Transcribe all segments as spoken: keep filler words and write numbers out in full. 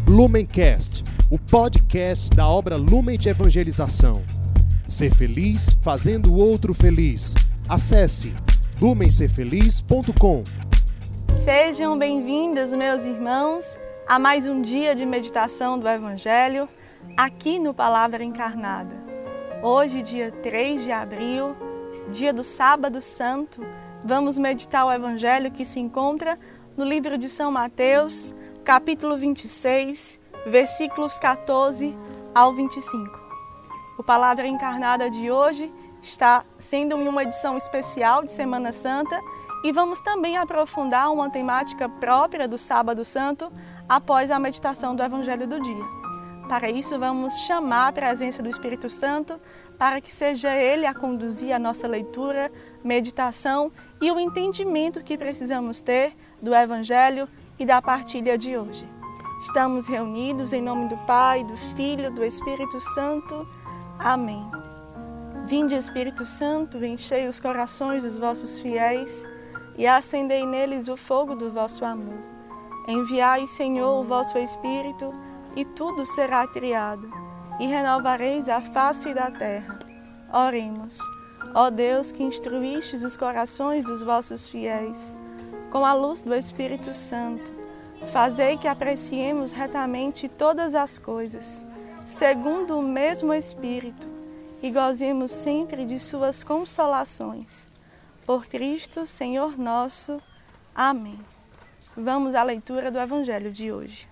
Lumencast, o podcast da obra Lumen de Evangelização. Ser feliz fazendo o outro feliz. Acesse lumen ser feliz ponto com. Sejam bem-vindos, meus irmãos, a mais um dia de meditação do Evangelho, aqui no Palavra Encarnada. Hoje, dia três de abril, dia do Sábado Santo, vamos meditar o Evangelho que se encontra no livro de São Mateus, capítulo vinte e seis, versículos quatorze ao vinte e cinco. O Palavra Encarnada de hoje está sendo em uma edição especial de Semana Santa e vamos também aprofundar uma temática própria do Sábado Santo após a meditação do Evangelho do dia. Para isso, vamos chamar a presença do Espírito Santo para que seja Ele a conduzir a nossa leitura, meditação e o entendimento que precisamos ter do Evangelho e da partilha de hoje. Estamos reunidos em nome do Pai, do Filho, do Espírito Santo. Amém. Vinde, Espírito Santo, enchei os corações dos vossos fiéis e acendei neles o fogo do vosso amor. Enviai, Senhor, o vosso Espírito, e tudo será criado, e renovareis a face da terra. Oremos. Ó Deus, que instruístes os corações dos vossos fiéis, com a luz do Espírito Santo, fazei que apreciemos retamente todas as coisas, segundo o mesmo Espírito, e gozemos sempre de suas consolações. Por Cristo, Senhor nosso. Amém. Vamos à leitura do Evangelho de hoje.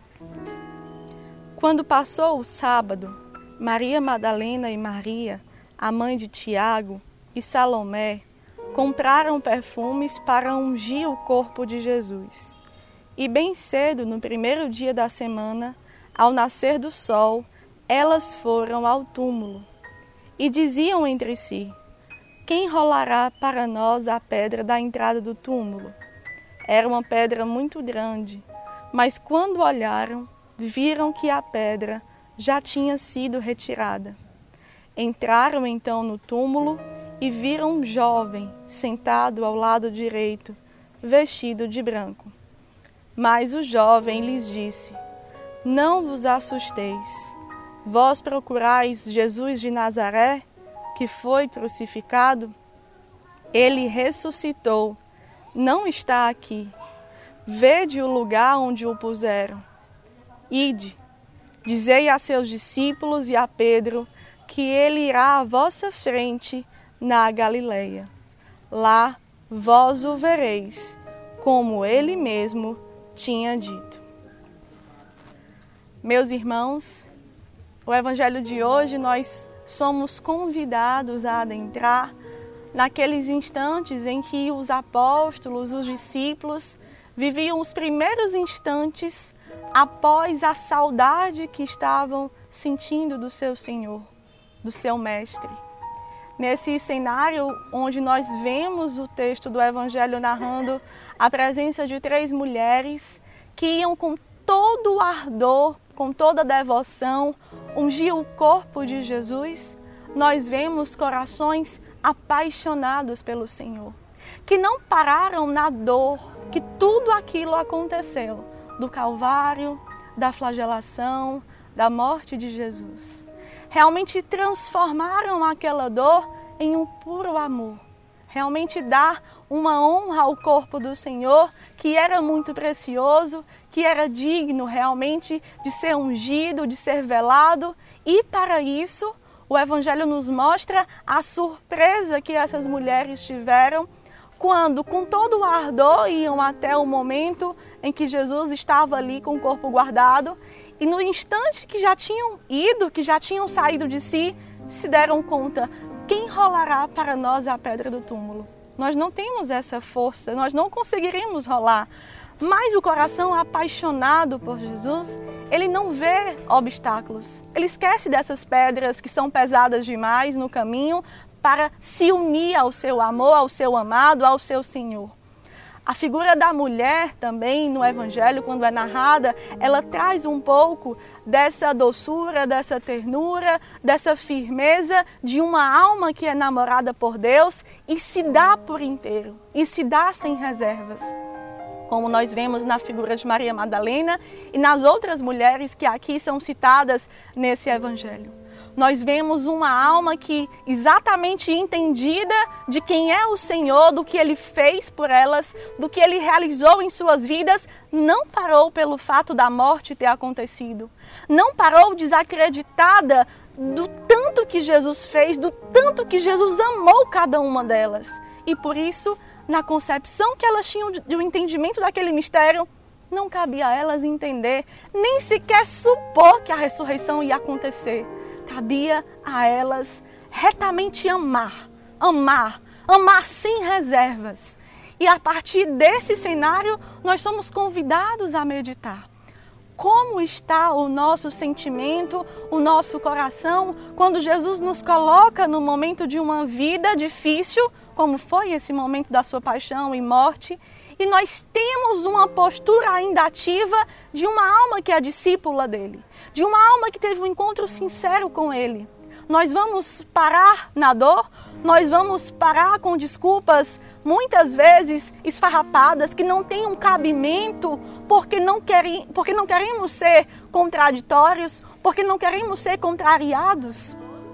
Quando passou o sábado, Maria Madalena e Maria, a mãe de Tiago, e Salomé, compraram perfumes para ungir o corpo de Jesus. E bem cedo, no primeiro dia da semana, ao nascer do sol, elas foram ao túmulo. E diziam entre si: quem rolará para nós a pedra da entrada do túmulo? Era uma pedra muito grande, mas quando olharam, viram que a pedra já tinha sido retirada. Entraram então no túmulo e viram um jovem sentado ao lado direito, vestido de branco. Mas o jovem lhes disse: não vos assusteis. Vós procurais Jesus de Nazaré, que foi crucificado? Ele ressuscitou, não está aqui. Vede o lugar onde o puseram. Ide, dizei a seus discípulos e a Pedro que ele irá à vossa frente na Galileia. Lá vós o vereis, como ele mesmo tinha dito. Meus irmãos, o Evangelho de hoje nós somos convidados a adentrar naqueles instantes em que os apóstolos, os discípulos, viviam os primeiros instantes após a saudade que estavam sentindo do seu Senhor, do seu Mestre. Nesse cenário onde nós vemos o texto do Evangelho narrando a presença de três mulheres que iam com todo o ardor, com toda a devoção, ungir o corpo de Jesus, nós vemos corações apaixonados pelo Senhor, que não pararam na dor, que tudo aquilo aconteceu, do Calvário, da flagelação, da morte de Jesus. Realmente transformaram aquela dor em um puro amor. Realmente dar uma honra ao corpo do Senhor, que era muito precioso, que era digno realmente de ser ungido, de ser velado. E para isso, o Evangelho nos mostra a surpresa que essas mulheres tiveram quando, com todo o ardor, iam até o momento em que Jesus estava ali com o corpo guardado, e no instante que já tinham ido, que já tinham saído de si, se deram conta: quem rolará para nós a pedra do túmulo? Nós não temos essa força, nós não conseguiríamos rolar. Mas o coração apaixonado por Jesus, ele não vê obstáculos. Ele esquece dessas pedras que são pesadas demais no caminho para se unir ao seu amor, ao seu amado, ao seu Senhor. A figura da mulher também no Evangelho, quando é narrada, ela traz um pouco dessa doçura, dessa ternura, dessa firmeza de uma alma que é namorada por Deus e se dá por inteiro, e se dá sem reservas. como nós vemos na figura de Maria Madalena e nas outras mulheres que aqui são citadas nesse evangelho. Nós vemos uma alma que, exatamente entendida de quem é o Senhor, do que Ele fez por elas, do que Ele realizou em suas vidas, não parou pelo fato da morte ter acontecido. Não parou desacreditada do tanto que Jesus fez, do tanto que Jesus amou cada uma delas. E por isso, na concepção que elas tinham do entendimento daquele mistério, não cabia a elas entender, nem sequer supor que a ressurreição ia acontecer. Cabia a elas retamente amar, amar, amar sem reservas. E a partir desse cenário, nós somos convidados a meditar. Como está o nosso sentimento, o nosso coração, quando Jesus nos coloca no momento de uma vida difícil, como foi esse momento da sua paixão e morte, e nós temos uma postura ainda ativa de uma alma que é discípula dele, de uma alma que teve um encontro sincero com ele. Nós vamos parar na dor, nós vamos parar com desculpas, muitas vezes esfarrapadas, que não têm um cabimento, porque não, querem, porque não queremos ser contraditórios, porque não queremos ser contrariados.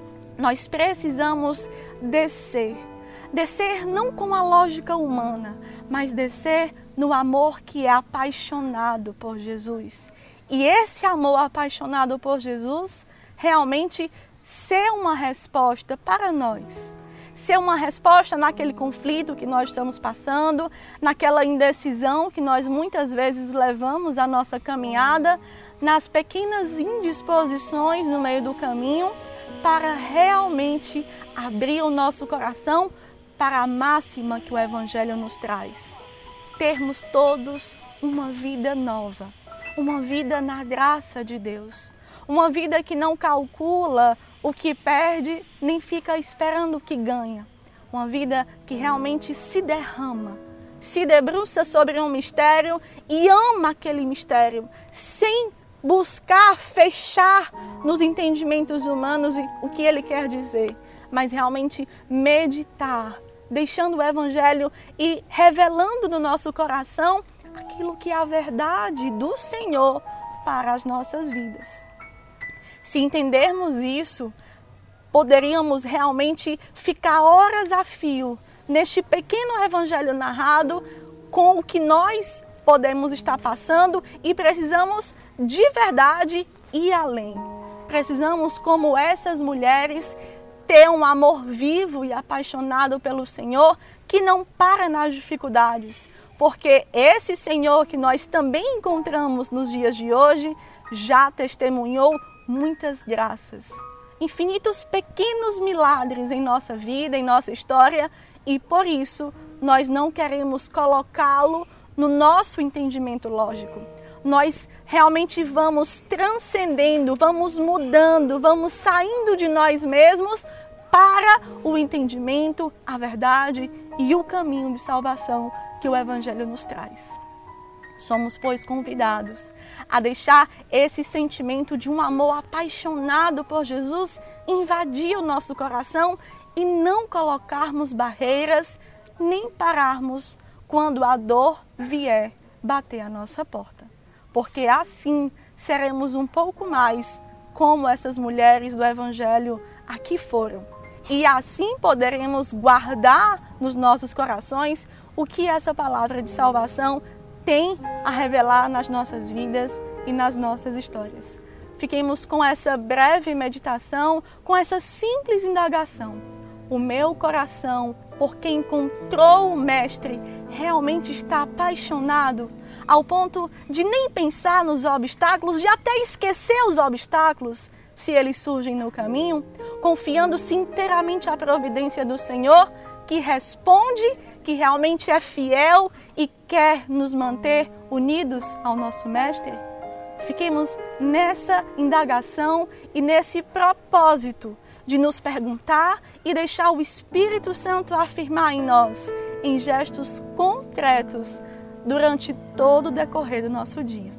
Nós precisamos descer. Descer não com a lógica humana, mas descer no amor que é apaixonado por Jesus. E esse amor apaixonado por Jesus realmente ser uma resposta para nós. Ser uma resposta naquele conflito que nós estamos passando, naquela indecisão que nós muitas vezes levamos a nossa caminhada, nas pequenas indisposições no meio do caminho, para realmente abrir o nosso coração para a máxima que o Evangelho nos traz. Termos todos uma vida nova, uma vida na graça de Deus, uma vida que não calcula o que perde, nem fica esperando o que ganha. Uma vida que realmente se derrama, se debruça sobre um mistério e ama aquele mistério, sem buscar fechar nos entendimentos humanos o que ele quer dizer, mas realmente meditar, deixando o Evangelho e revelando no nosso coração aquilo que é a verdade do Senhor para as nossas vidas. Se entendermos isso, poderíamos realmente ficar horas a fio neste pequeno Evangelho narrado com o que nós podemos estar passando e precisamos de verdade ir além. Precisamos, como essas mulheres, ter um amor vivo e apaixonado pelo Senhor que não para nas dificuldades, porque esse Senhor que nós também encontramos nos dias de hoje já testemunhou muitas graças, infinitos pequenos milagres em nossa vida, em nossa história, e por isso nós não queremos colocá-lo no nosso entendimento lógico. Nós realmente vamos transcendendo, vamos mudando, vamos saindo de nós mesmos para o entendimento, a verdade e o caminho de salvação que o Evangelho nos traz. Somos, pois, convidados a deixar esse sentimento de um amor apaixonado por Jesus invadir o nosso coração e não colocarmos barreiras, nem pararmos quando a dor vier bater a nossa porta. Porque assim seremos um pouco mais como essas mulheres do Evangelho aqui foram. E assim poderemos guardar nos nossos corações o que essa palavra de salvação tem a revelar nas nossas vidas e nas nossas histórias. Fiquemos com essa breve meditação, com essa simples indagação. O meu coração, por quem encontrou o Mestre, realmente está apaixonado ao ponto de nem pensar nos obstáculos, de até esquecer os obstáculos, se eles surgem no caminho, confiando-se inteiramente à providência do Senhor, que responde, que realmente é fiel e quer nos manter unidos ao nosso Mestre? Fiquemos nessa indagação e nesse propósito de nos perguntar e deixar o Espírito Santo afirmar em nós, em gestos concretos, durante todo o decorrer do nosso dia.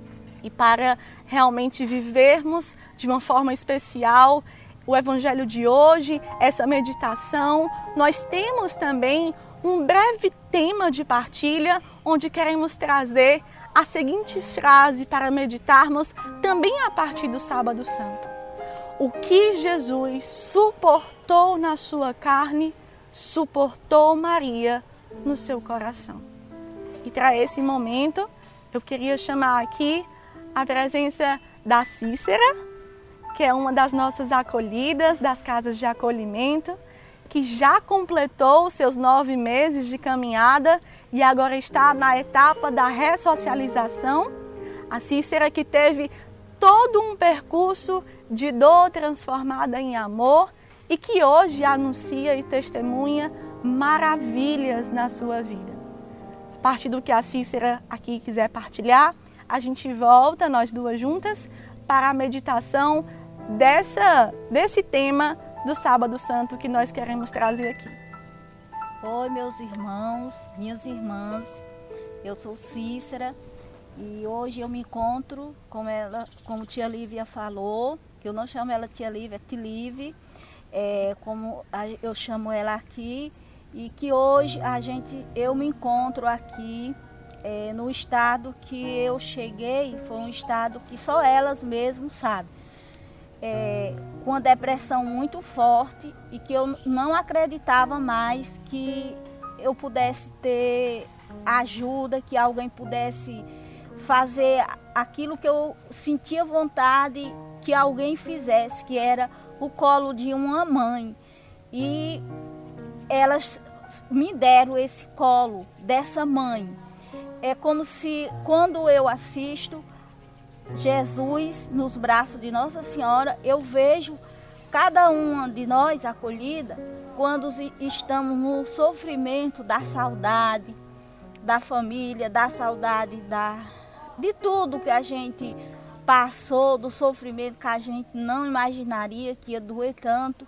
E para realmente vivermos de uma forma especial o Evangelho de hoje, essa meditação, nós temos também um breve tema de partilha, onde queremos trazer a seguinte frase para meditarmos também a partir do Sábado Santo. O que Jesus suportou na sua carne, suportou Maria no seu coração. E para esse momento, eu queria chamar aqui a presença da Cícera, que é uma das nossas acolhidas, das casas de acolhimento, que já completou os seus nove meses de caminhada e agora está na etapa da ressocialização. A Cícera que teve todo um percurso de dor transformada em amor e que hoje anuncia e testemunha maravilhas na sua vida. A partir do que a Cícera aqui quiser partilhar, a gente volta, nós duas juntas, para a meditação dessa, desse tema do Sábado Santo que nós queremos trazer aqui. Oi, meus irmãos, minhas irmãs, eu sou Cícera e hoje eu me encontro com ela, como tia Lívia falou, que eu não chamo ela tia Lívia, é Tilive, é, como eu chamo ela aqui, e que hoje a gente, eu me encontro aqui é, no estado que eu cheguei, foi um estado que só elas mesmas sabem. É, com uma depressão muito forte e que eu não acreditava mais que eu pudesse ter ajuda, que alguém pudesse fazer aquilo que eu sentia vontade que alguém fizesse, que era o colo de uma mãe. E elas me deram esse colo dessa mãe. É como se, quando eu assisto Jesus nos braços de Nossa Senhora, eu vejo cada uma de nós acolhida quando estamos no sofrimento da saudade da família, da saudade da, de tudo que a gente passou, do sofrimento que a gente não imaginaria que ia doer tanto.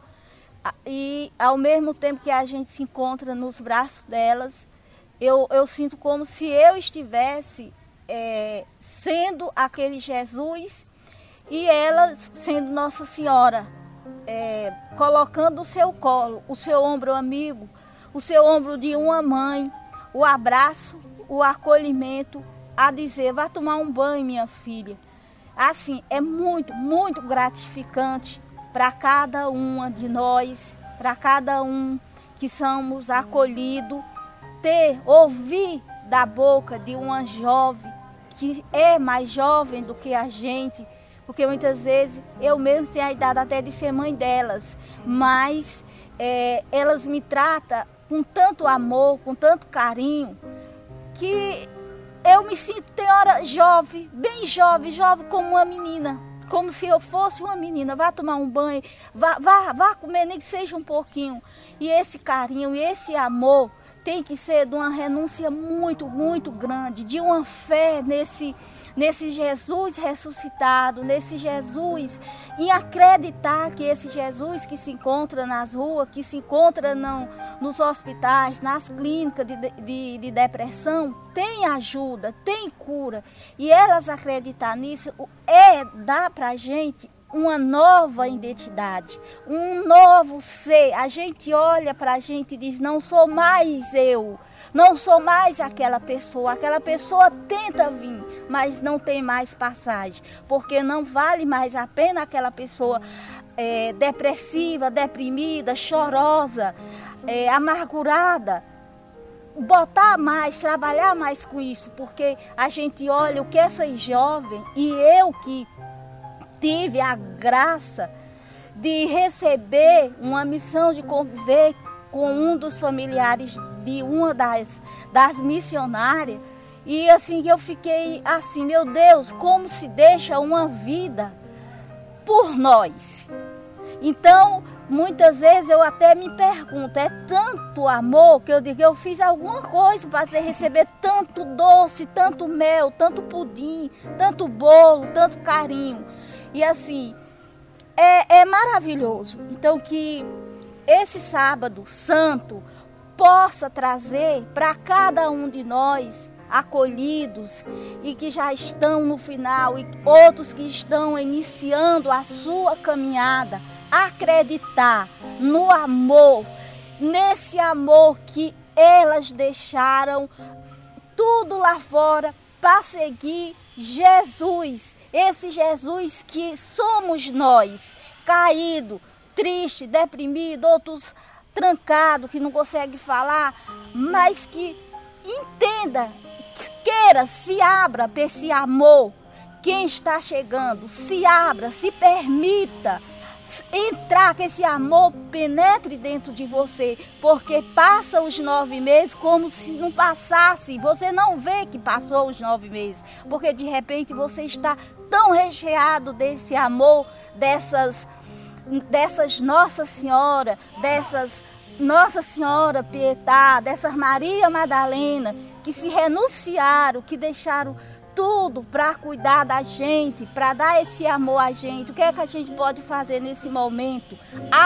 E ao mesmo tempo que a gente se encontra nos braços delas, eu, eu sinto como se eu estivesse É, sendo aquele Jesus e ela sendo Nossa Senhora, é, colocando o seu colo, o seu ombro amigo, o seu ombro de uma mãe, o abraço, o acolhimento, a dizer, vá tomar um banho, minha filha. Assim, é muito, muito gratificante para cada uma de nós, para cada um que somos acolhidos, ter, ouvir da boca de uma jovem que é mais jovem do que a gente, porque muitas vezes eu mesmo tenho a idade até de ser mãe delas, mas é, elas me tratam com tanto amor, com tanto carinho, que eu me sinto, tem hora, jovem, bem jovem, jovem como uma menina, como se eu fosse uma menina. Vá tomar um banho, vá, vá, vá comer, nem que seja um pouquinho. E esse carinho, e esse amor tem que ser de uma renúncia muito, muito grande, de uma fé nesse, nesse Jesus ressuscitado, nesse Jesus, em acreditar que esse Jesus que se encontra nas ruas, que se encontra não, nos hospitais, nas clínicas de, de, de depressão, tem ajuda, tem cura. E elas acreditar nisso é dar para a gente uma nova identidade, um novo ser. A gente olha para a gente e diz, não sou mais eu, não sou mais aquela pessoa. Aquela pessoa tenta vir, mas não tem mais passagem, porque não vale mais a pena aquela pessoa é, depressiva, deprimida, chorosa, é, amargurada, botar mais, trabalhar mais com isso, porque a gente olha o que essa jovem e eu que tive a graça de receber uma missão de conviver com um dos familiares de uma das, das missionárias. E assim eu fiquei assim, meu Deus, como se deixa uma vida por nós. Então, muitas vezes eu até me pergunto, é tanto amor que eu digo, eu fiz alguma coisa para receber tanto doce, tanto mel, tanto pudim, tanto bolo, tanto carinho. E assim, é, é maravilhoso. Então que esse sábado santo possa trazer para cada um de nós acolhidos e que já estão no final e outros que estão iniciando a sua caminhada, acreditar no amor, nesse amor que elas deixaram tudo lá fora para seguir Jesus. Esse Jesus que somos nós, caído, triste, deprimido, outros trancados, que não conseguem falar, mas que entenda, queira, se abra para esse amor. Quem está chegando, se abra, se permita entrar, que esse amor penetre dentro de você, porque passa os nove meses como se não passasse. Você não vê que passou os nove meses, porque de repente você está tão recheado desse amor, dessas, dessas Nossa Senhora, dessas Nossa Senhora Pietá, dessas Maria Madalena, que se renunciaram, que deixaram tudo para cuidar da gente, para dar esse amor a gente. O que é que a gente pode fazer nesse momento?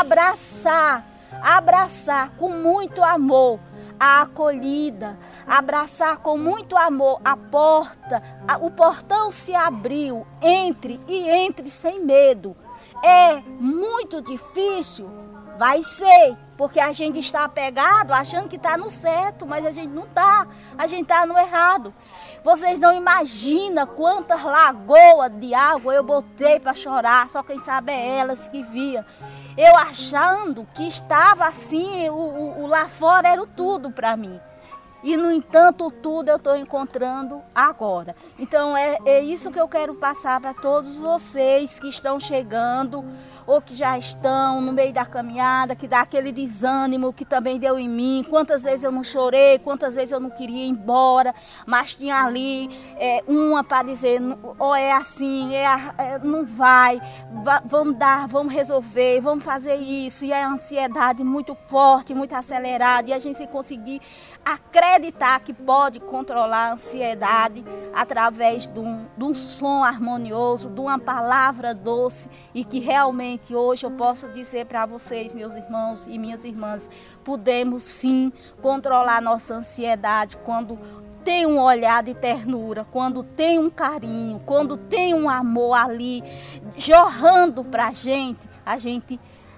Abraçar, abraçar com muito amor a acolhida, abraçar com muito amor a porta, a, o portão se abriu, entre e entre sem medo. É muito difícil, vai ser, porque a gente está apegado, achando que está no certo, mas a gente não está, a gente está no errado. Vocês não imaginam quantas lagoas de água eu botei para chorar, só quem sabe é elas que via. Eu achando que estava assim, o, o, o lá fora era o tudo para mim. E, no entanto, tudo eu estou encontrando agora. Então, é, é isso que eu quero passar para todos vocês que estão chegando ou que já estão no meio da caminhada, que dá aquele desânimo que também deu em mim. Quantas vezes eu não chorei, quantas vezes eu não queria ir embora, mas tinha ali é, uma para dizer, ou é assim, é, é, não vai, va, vamos dar, vamos resolver, vamos fazer isso. E a ansiedade muito forte, muito acelerada, e a gente sem conseguir acreditar que pode controlar a ansiedade através de um, de um som harmonioso, de uma palavra doce, e que realmente hoje eu posso dizer para vocês, meus irmãos e minhas irmãs, podemos sim controlar nossa ansiedade quando tem um olhar de ternura, quando tem um carinho, quando tem um amor ali jorrando para a gente, a gente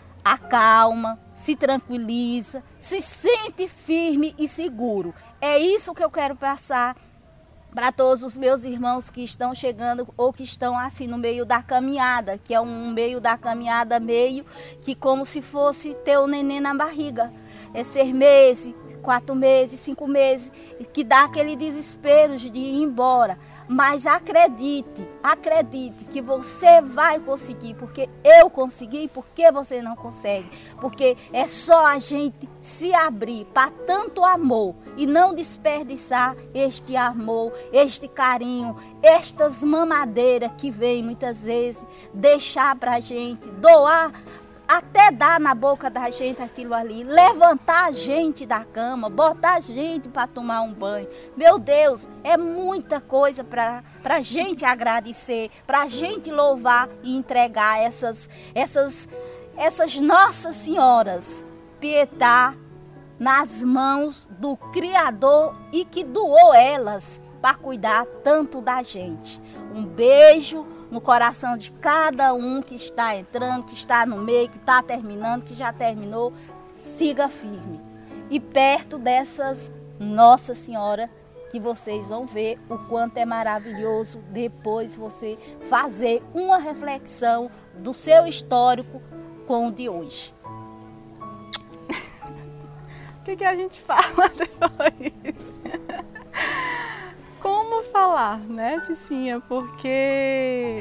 acalma, se tranquiliza, se sente firme e seguro. É isso que eu quero passar para todos os meus irmãos que estão chegando ou que estão assim no meio da caminhada, que é um meio da caminhada meio que como se fosse ter o neném na barriga. É seis meses, quatro meses, cinco meses, que dá aquele desespero de ir embora. Mas acredite, acredite que você vai conseguir, porque eu consegui, porque você não consegue. Porque é só a gente se abrir para tanto amor e não desperdiçar este amor, este carinho, estas mamadeiras que vem muitas vezes deixar para a gente, doar, até dar na boca da gente aquilo ali, levantar a gente da cama, botar a gente para tomar um banho. Meu Deus, é muita coisa para a gente agradecer, para a gente louvar e entregar essas, essas, essas Nossas Senhoras Pietá nas mãos do Criador e que doou elas para cuidar tanto da gente. Um beijo no coração de cada um que está entrando, que está no meio, que está terminando, que já terminou. Siga firme. E perto dessas Nossa Senhora, que vocês vão ver o quanto é maravilhoso depois você fazer uma reflexão do seu histórico com o de hoje. O que, que a gente fala depois? Como falar, né, Cicinha? Porque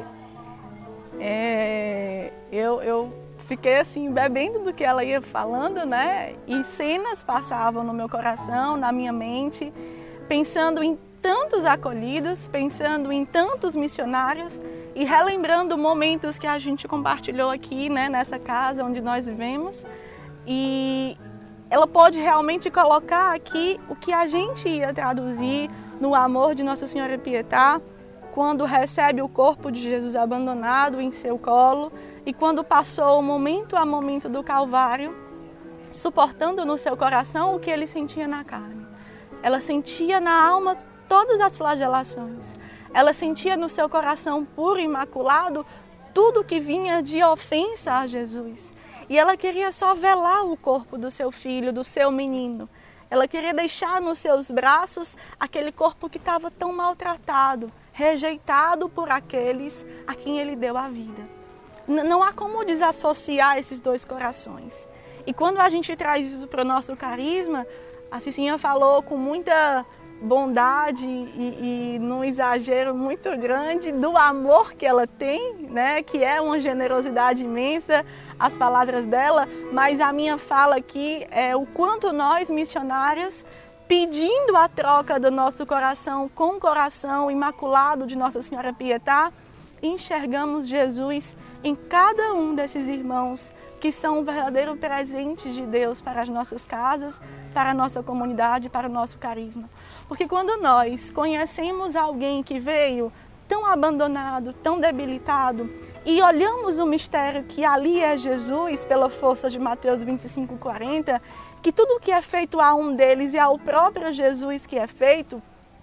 é, eu, eu fiquei assim, bebendo do que ela ia falando, né? E cenas passavam no meu coração, na minha mente, pensando em tantos acolhidos, pensando em tantos missionários e relembrando momentos que a gente compartilhou aqui, né, nessa casa onde nós vivemos. E ela pode realmente colocar aqui o que a gente ia traduzir no amor de Nossa Senhora Pietá, quando recebe o corpo de Jesus abandonado em seu colo e quando passou momento a momento do Calvário, suportando no seu coração o que ele sentia na carne. Ela sentia na alma todas as flagelações. Ela sentia no seu coração puro e imaculado tudo que vinha de ofensa a Jesus. E ela queria só velar o corpo do seu filho, do seu menino. Ela queria deixar nos seus braços aquele corpo que estava tão maltratado, rejeitado por aqueles a quem ele deu a vida. N- não há como desassociar esses dois corações. E quando a gente traz isso para o nosso carisma, a Cicinha falou com muita bondade e, e num exagero muito grande do amor que ela tem, né? Que é uma generosidade imensa, as palavras dela, mas a minha fala aqui é o quanto nós, missionários, pedindo a troca do nosso coração com o coração imaculado de Nossa Senhora Pietá, enxergamos Jesus em cada um desses irmãos que são um verdadeiro presente de Deus para as nossas casas, para a nossa comunidade, para o nosso carisma. Porque quando nós conhecemos alguém que veio tão abandonado, tão debilitado, e olhamos o mistério que ali é Jesus, pela força de Mateus vinte e cinco, quarenta, que tudo o que é feito a um deles é ao próprio Jesus que é feito,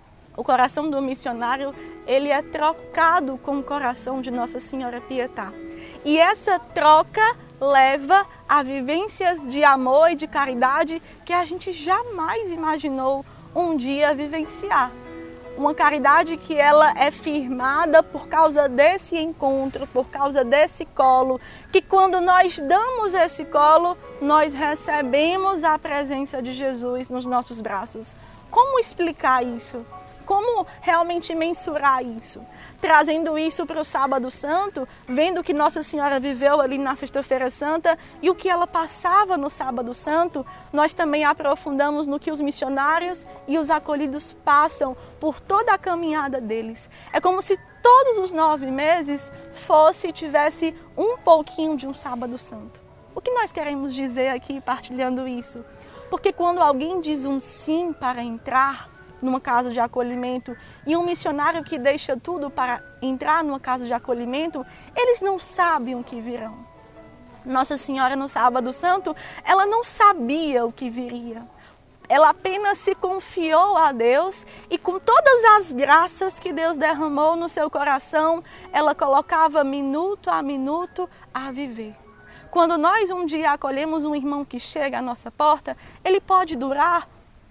o coração do missionário, ele é trocado com o coração de Nossa Senhora Pietá. E essa troca leva a vivências de amor e de caridade que a gente jamais imaginou um dia vivenciar. Uma caridade que ela é firmada por causa desse encontro, por causa desse colo, que quando nós damos esse colo, nós recebemos a presença de Jesus nos nossos braços. Como explicar isso? Como realmente mensurar isso? Trazendo isso para o Sábado Santo, vendo que Nossa Senhora viveu ali na Sexta-feira Santa e o que ela passava no Sábado Santo, nós também aprofundamos no que os missionários e os acolhidos passam por toda a caminhada deles. É como se todos os nove meses fosse e tivesse um pouquinho de um Sábado Santo. O que nós queremos dizer aqui partilhando isso? Porque quando alguém diz um sim para entrar numa casa de acolhimento e um missionário que deixa tudo para entrar numa casa de acolhimento, eles não sabem o que virão. Nossa Senhora no Sábado Santo, ela não sabia o que viria. Ela apenas se confiou a Deus e com todas as graças que Deus derramou no seu coração, ela colocava minuto a minuto a viver. Quando nós um dia acolhemos um irmão que chega à nossa porta, ele pode durar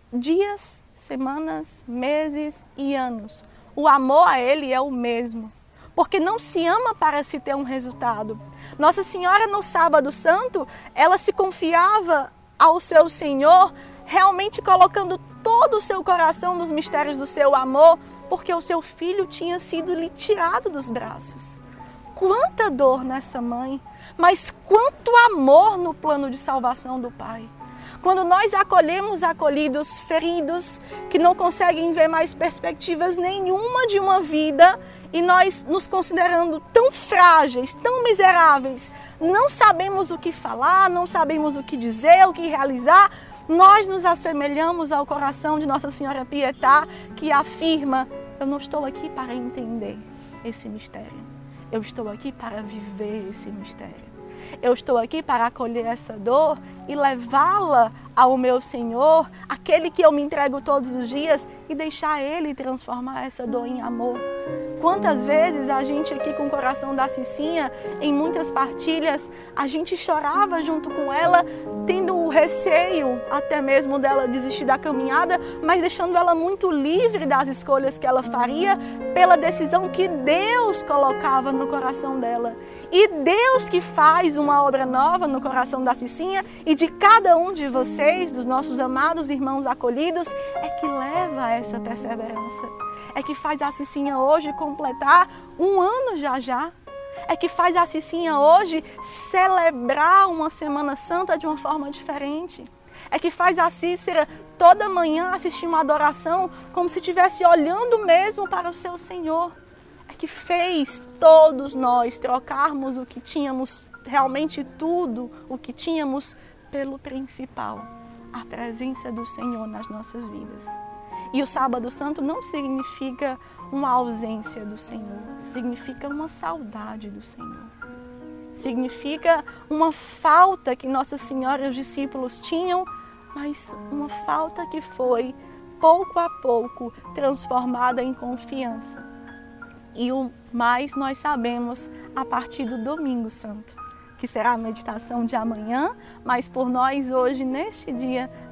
dias, semanas, meses e anos. O amor a ele é o mesmo, porque não se ama para se ter um resultado. Nossa Senhora no Sábado Santo, ela se confiava ao seu Senhor, realmente colocando todo o seu coração nos mistérios do seu amor, porque o seu filho tinha sido lhe tirado dos braços. Quanta dor nessa mãe, mas quanto amor no plano de salvação do Pai. Quando nós acolhemos acolhidos feridos, que não conseguem ver mais perspectivas nenhuma de uma vida, e nós nos considerando tão frágeis, tão miseráveis, não sabemos o que falar, não sabemos o que dizer, o que realizar, nós nos assemelhamos ao coração de Nossa Senhora Pietá, que afirma: eu não estou aqui para entender esse mistério, eu estou aqui para viver esse mistério. Eu estou aqui para acolher essa dor e levá-la ao meu Senhor, aquele que eu me entrego todos os dias, e deixar Ele transformar essa dor em amor. Quantas vezes a gente aqui com o coração da Cicinha, em muitas partilhas, a gente chorava junto com ela, tendo o receio até mesmo dela desistir da caminhada, mas deixando ela muito livre das escolhas que ela faria pela decisão que Deus colocava no coração dela. E Deus que faz uma obra nova no coração da Cicinha e de cada um de vocês, dos nossos amados irmãos acolhidos, é que leva a essa perseverança. É que faz a Cicinha hoje completar um ano já já. É que faz a Cicinha hoje celebrar uma Semana Santa de uma forma diferente. É que faz a Cícera toda manhã assistir uma adoração como se estivesse olhando mesmo para o seu Senhor. É que fez todos nós trocarmos o que tínhamos, realmente tudo o que tínhamos, pelo principal, a presença do Senhor nas nossas vidas. E o Sábado Santo não significa uma ausência do Senhor, significa uma saudade do Senhor. Significa uma falta que Nossa Senhora e os discípulos tinham, mas uma falta que foi, pouco a pouco, transformada em confiança. E o mais nós sabemos a partir do Domingo Santo, que será a meditação de amanhã, mas por nós hoje, neste dia,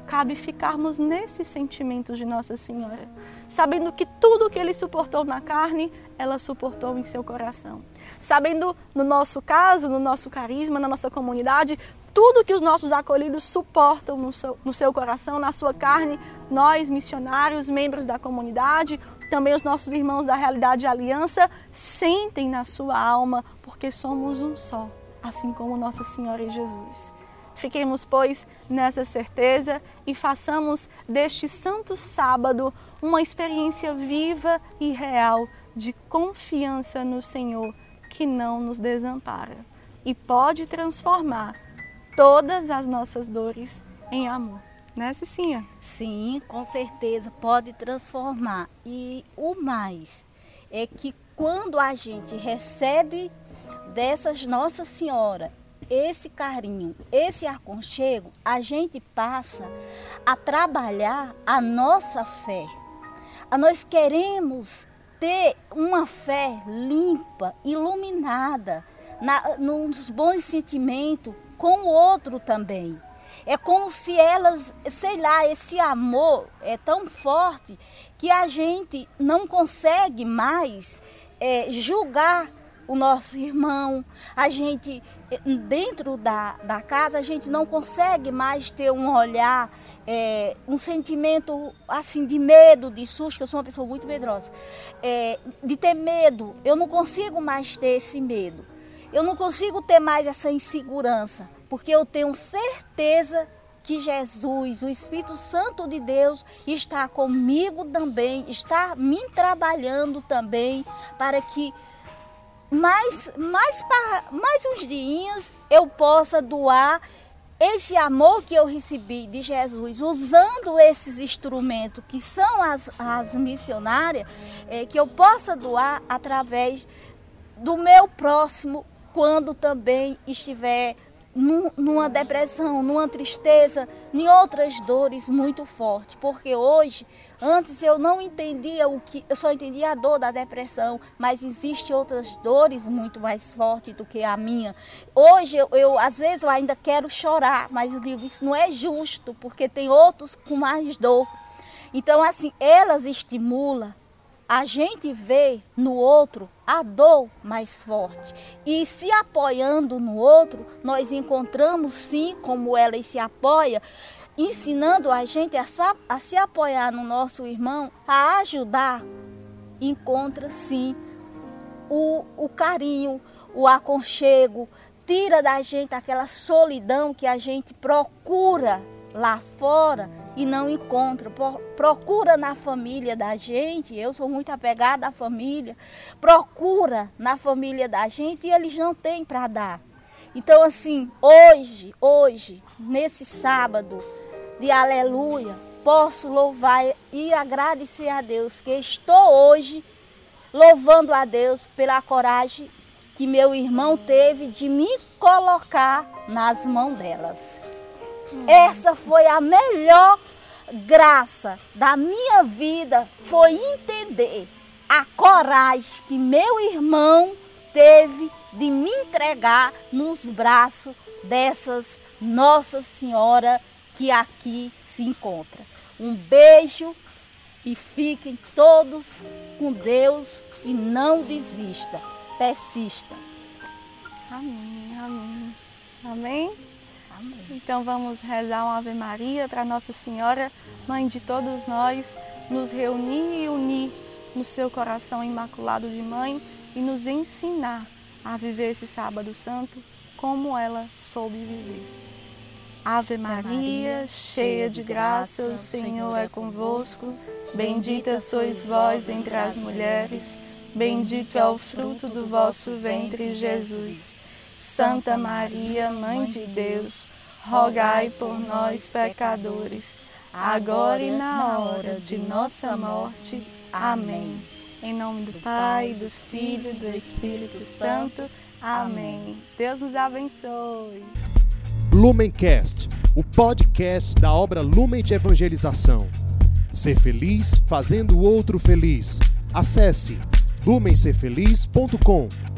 cabe ficarmos nesses sentimentos de Nossa Senhora, sabendo que tudo que Ele suportou na carne, ela suportou em seu coração. Sabendo, no nosso caso, no nosso carisma, na nossa comunidade, tudo que os nossos acolhidos suportam no seu, no seu coração, na sua carne, nós, missionários, membros da comunidade, também os nossos irmãos da Realidade de Aliança, sentem na sua alma, porque somos um só, assim como Nossa Senhora e Jesus. Fiquemos, pois, nessa certeza e façamos deste Santo Sábado uma experiência viva e real de confiança no Senhor, que não nos desampara e pode transformar todas as nossas dores em amor. Né, Cicinha? Sim, com certeza pode transformar. E o mais é que quando a gente recebe dessas Nossa Senhora esse carinho, esse aconchego, a gente passa a trabalhar a nossa fé. Nós queremos ter uma fé limpa, iluminada, na, nos bons sentimentos com o outro também. É como se elas, sei lá, esse amor é tão forte que a gente não consegue mais é, julgar o nosso irmão. A gente, dentro da, da casa, a gente não consegue mais ter um olhar, é, um sentimento assim de medo, de susto, que eu sou uma pessoa muito medrosa, é, de ter medo. Eu não consigo mais ter esse medo. Eu não consigo ter mais essa insegurança, porque eu tenho certeza que Jesus, o Espírito Santo de Deus, está comigo também, está me trabalhando também, para que mais, mais, mais uns dias eu possa doar esse amor que eu recebi de Jesus, usando esses instrumentos que são as, as missionárias, é, que eu possa doar através do meu próximo, quando também estiver num, numa depressão, numa tristeza, em outras dores muito fortes. Porque hoje, antes eu não entendia o que, eu só entendia a dor da depressão, mas existem outras dores muito mais fortes do que a minha. Hoje, eu, eu às vezes eu ainda quero chorar, mas eu digo, isso não é justo, porque tem outros com mais dor. Então, assim, elas estimulam a gente vê no outro a dor mais forte. E se apoiando no outro, nós encontramos sim como elas se apoiam, ensinando a gente a, a se apoiar no nosso irmão, a ajudar, encontra sim o, o carinho, o aconchego, tira da gente aquela solidão que a gente procura lá fora e não encontra. Procura na família da gente, eu sou muito apegada à família, procura na família da gente e eles não têm para dar. Então assim, hoje, hoje, nesse sábado de aleluia, posso louvar e agradecer a Deus que estou hoje louvando a Deus pela coragem que meu irmão teve de me colocar nas mãos delas. Hum. Essa foi a melhor graça da minha vida, foi entender a coragem que meu irmão teve de me entregar nos braços dessas Nossa Senhora que aqui se encontra. Um beijo e fiquem todos com Deus e não desista, persista. Amém, amém, amém. Então vamos rezar uma Ave Maria para Nossa Senhora, Mãe de todos nós, nos reunir e unir no seu coração imaculado de mãe e nos ensinar a viver esse sábado santo como ela soube viver. Ave Maria, cheia de graça, o Senhor é convosco. Bendita sois vós entre as mulheres, bendito é o fruto do vosso ventre, Jesus. Santa Maria, Mãe de Deus, rogai por nós, pecadores, agora e na hora de nossa morte. Amém. Em nome do Pai, do Filho e do Espírito Santo. Amém. Deus nos abençoe. Lumencast, o podcast da obra Lumen de Evangelização. Ser feliz fazendo o outro feliz. Acesse lumen ser feliz ponto com.